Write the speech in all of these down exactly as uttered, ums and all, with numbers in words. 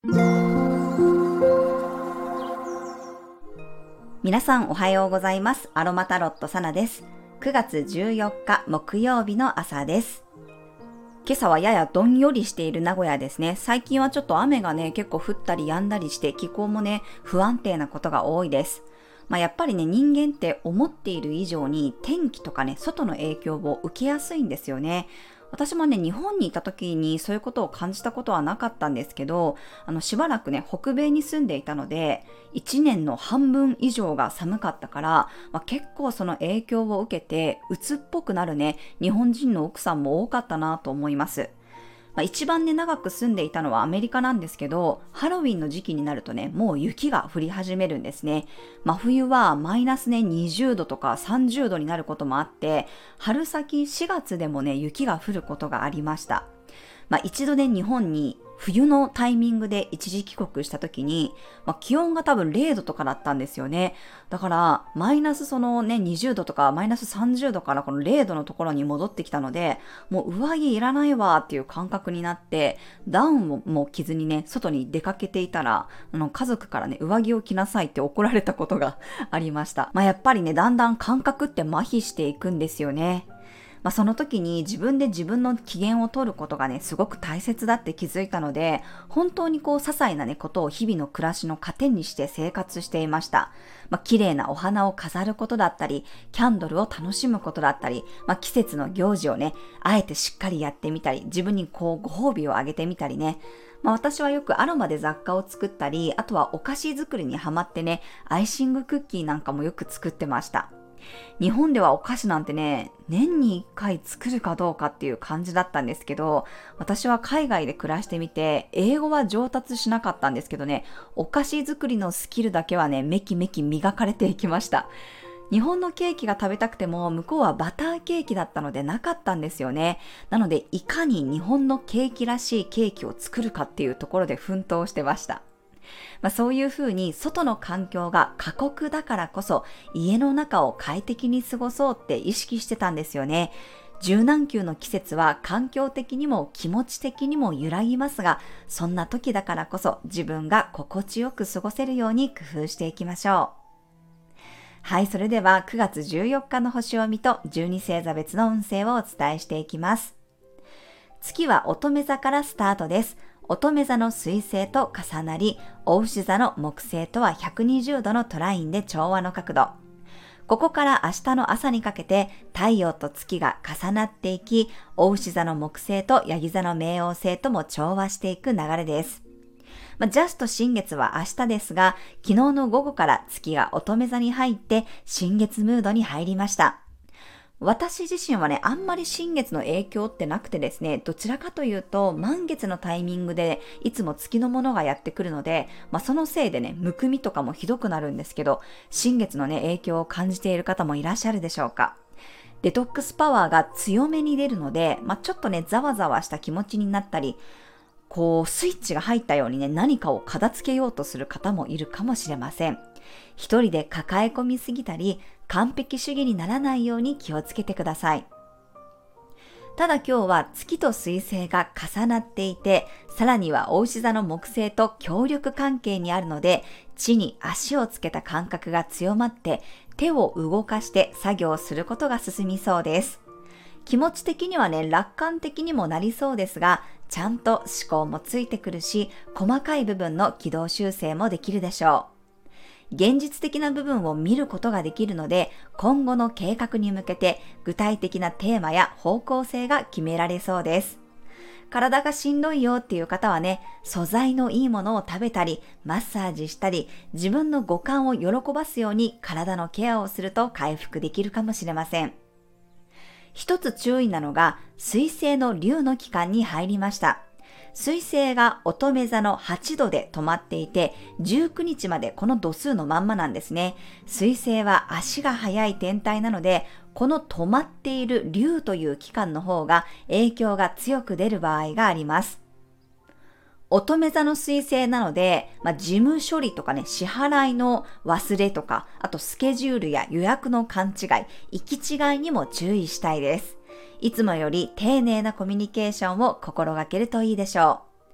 皆さんおはようございます。アロマタロットサナです。くがつじゅうよっか木曜日の朝です。今朝はややどんよりしている名古屋ですね。最近はちょっと雨がね結構降ったり止んだりして気候もね不安定なことが多いです。まあ、やっぱりね人間って思っている以上に天気とかね外の影響を受けやすいんですよね。私もね日本にいた時にそういうことを感じたことはなかったんですけど、あのしばらくね北米に住んでいたのでいちねんの半分以上が寒かったから、まあ、結構その影響を受けて鬱っぽくなるね日本人の奥さんも多かったなと思います。まあ、一番ね長く住んでいたのはアメリカなんですけど、ハロウィンの時期になるとねもう雪が降り始めるんですね。真冬はマイナスねにじゅうどとかさんじゅうどになることもあって、春先しがつでもね雪が降ることがありました。まあ、一度ね日本に冬のタイミングで一時帰国した時に、まあ、気温が多分れいどとかだったんですよね。だからマイナスそのねにじゅうどとかマイナスさんじゅうどからこのれいどのところに戻ってきたので、もう上着いらないわっていう感覚になって、ダウンをもう着ずにね外に出かけていたら、あの家族からね上着を着なさいって怒られたことがありました。まあ、やっぱりねだんだん感覚って麻痺していくんですよね。まあ、その時に自分で自分の機嫌を取ることがねすごく大切だって気づいたので、本当にこう些細なねことを日々の暮らしの糧にして生活していました。まあ、綺麗なお花を飾ることだったり、キャンドルを楽しむことだったり、まあ、季節の行事をねあえてしっかりやってみたり、自分にこうご褒美をあげてみたりね。まあ、私はよくアロマで雑貨を作ったり、あとはお菓子作りにハマってねアイシングクッキーなんかもよく作ってました。日本ではお菓子なんてね、年にいっかい作るかどうかっていう感じだったんですけど、私は海外で暮らしてみて、英語は上達しなかったんですけどね、お菓子作りのスキルだけはね、めきめき磨かれていきました。日本のケーキが食べたくても、向こうはバターケーキだったのでなかったんですよね。なので、いかに日本のケーキらしいケーキを作るかっていうところで奮闘してました。まあ、そういうふうに外の環境が過酷だからこそ家の中を快適に過ごそうって意識してたんですよね。柔軟球の季節は環境的にも気持ち的にも揺らぎますが、そんな時だからこそ自分が心地よく過ごせるように工夫していきましょう。はい、それではくがつじゅうよっかの星読みとじゅうに星座別の運勢をお伝えしていきます。月は乙女座からスタートです。乙女座の水星と重なり、牡牛座の木星とはひゃくにじゅうどのトラインで調和の角度。ここから明日の朝にかけて太陽と月が重なっていき、牡牛座の木星とヤギ座の冥王星とも調和していく流れです。まあ、ジャスト新月は明日ですが、昨日の午後から月が乙女座に入って新月ムードに入りました。私自身はね、あんまり新月の影響ってなくてですね、どちらかというと満月のタイミングでいつも月のものがやってくるので、まあ、そのせいでね、むくみとかもひどくなるんですけど、新月のね、影響を感じている方もいらっしゃるでしょうか。デトックスパワーが強めに出るので、まあ、ちょっとね、ざわざわした気持ちになったり、こうスイッチが入ったようにね、何かを片付けようとする方もいるかもしれません。一人で抱え込みすぎたり、完璧主義にならないように気をつけてください。ただ今日は月と水星が重なっていて、さらには牡牛座の木星と協力関係にあるので、地に足をつけた感覚が強まって、手を動かして作業することが進みそうです。気持ち的にはね、楽観的にもなりそうですが、ちゃんと思考もついてくるし、細かい部分の軌道修正もできるでしょう。現実的な部分を見ることができるので、今後の計画に向けて具体的なテーマや方向性が決められそうです。体がしんどいよっていう方はね、素材のいいものを食べたり、マッサージしたり、自分の五感を喜ばすように体のケアをすると回復できるかもしれません。一つ注意なのが、水星の竜の期間に入りました。水星が乙女座のはちどで止まっていて、じゅうくにちまでこの度数のまんまなんですね。水星は足が速い天体なので、この止まっている竜という期間の方が影響が強く出る場合があります。乙女座の水星なので、まあ、事務処理とかね、支払いの忘れとか、あとスケジュールや予約の勘違い、行き違いにも注意したいです。いつもより丁寧なコミュニケーションを心がけるといいでしょう。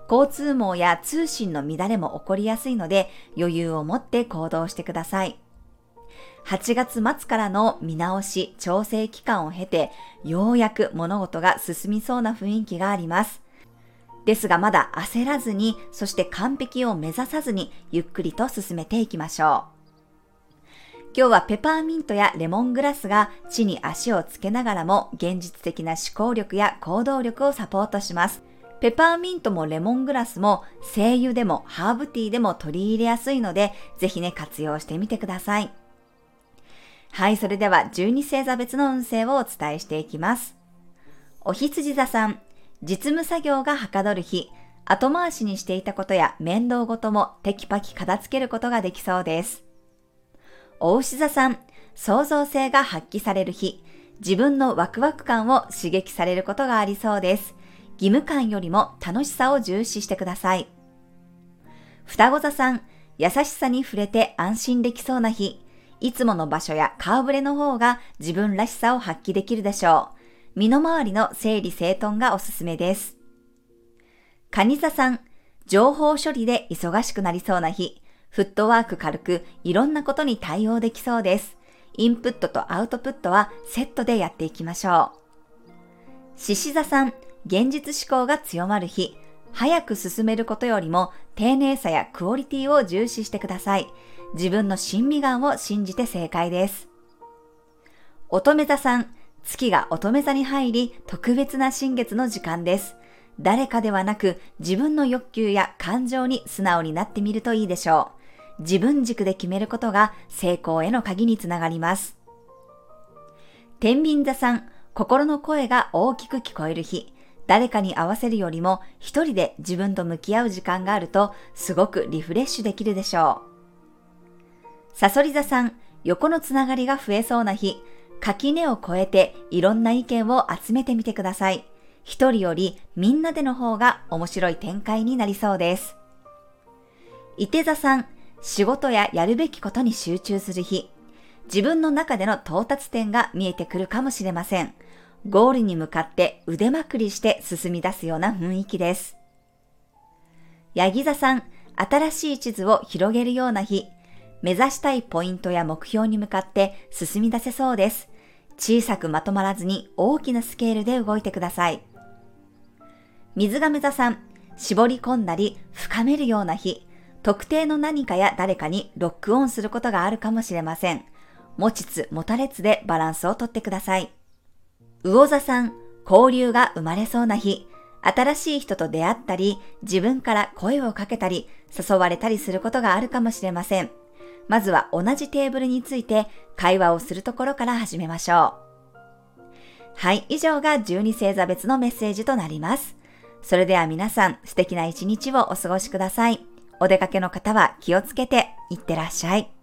交通網や通信の乱れも起こりやすいので、余裕を持って行動してください。はちがつ末からの見直し、調整期間を経て、ようやく物事が進みそうな雰囲気があります。ですがまだ焦らずに、そして完璧を目指さずに、ゆっくりと進めていきましょう。今日はペパーミントやレモングラスが地に足をつけながらも現実的な思考力や行動力をサポートします。ペパーミントもレモングラスも精油でもハーブティーでも取り入れやすいので、ぜひね、活用してみてください。はい、それではじゅうに星座別の運勢をお伝えしていきます。お羊座さん、実務作業がはかどる日、後回しにしていたことや面倒事もテキパキ片付けることができそうです。お牛座さん、創造性が発揮される日、自分のワクワク感を刺激されることがありそうです。義務感よりも楽しさを重視してください。双子座さん、優しさに触れて安心できそうな日、いつもの場所や顔ぶれの方が自分らしさを発揮できるでしょう。身の回りの整理整頓がおすすめです。蟹座さん、情報処理で忙しくなりそうな日、フットワーク軽くいろんなことに対応できそうです。インプットとアウトプットはセットでやっていきましょう。獅子座さん、現実志向が強まる日、早く進めることよりも丁寧さやクオリティを重視してください。自分の審美眼を信じて正解です。乙女座さん、月が乙女座に入り特別な新月の時間です。誰かではなく自分の欲求や感情に素直になってみるといいでしょう。自分軸で決めることが成功への鍵につながります。天秤座さん、心の声が大きく聞こえる日、誰かに合わせるよりも一人で自分と向き合う時間があるとすごくリフレッシュできるでしょう。さそり座さん、横のつながりが増えそうな日、垣根を越えていろんな意見を集めてみてください。一人よりみんなでの方が面白い展開になりそうです。いて座さん、仕事ややるべきことに集中する日、自分の中での到達点が見えてくるかもしれません。ゴールに向かって腕まくりして進み出すような雰囲気です。ヤギ座さん、新しい地図を広げるような日、目指したいポイントや目標に向かって進み出せそうです。小さくまとまらずに大きなスケールで動いてください。水亀座さん、絞り込んだり深めるような日、特定の何かや誰かにロックオンすることがあるかもしれません。持ちつ持たれつでバランスをとってください。魚座さん、交流が生まれそうな日、新しい人と出会ったり、自分から声をかけたり、誘われたりすることがあるかもしれません。まずは同じテーブルについて会話をするところから始めましょう。はい、以上がじゅうに星座別のメッセージとなります。それでは皆さん、素敵な一日をお過ごしください。お出かけの方は気をつけていってらっしゃい。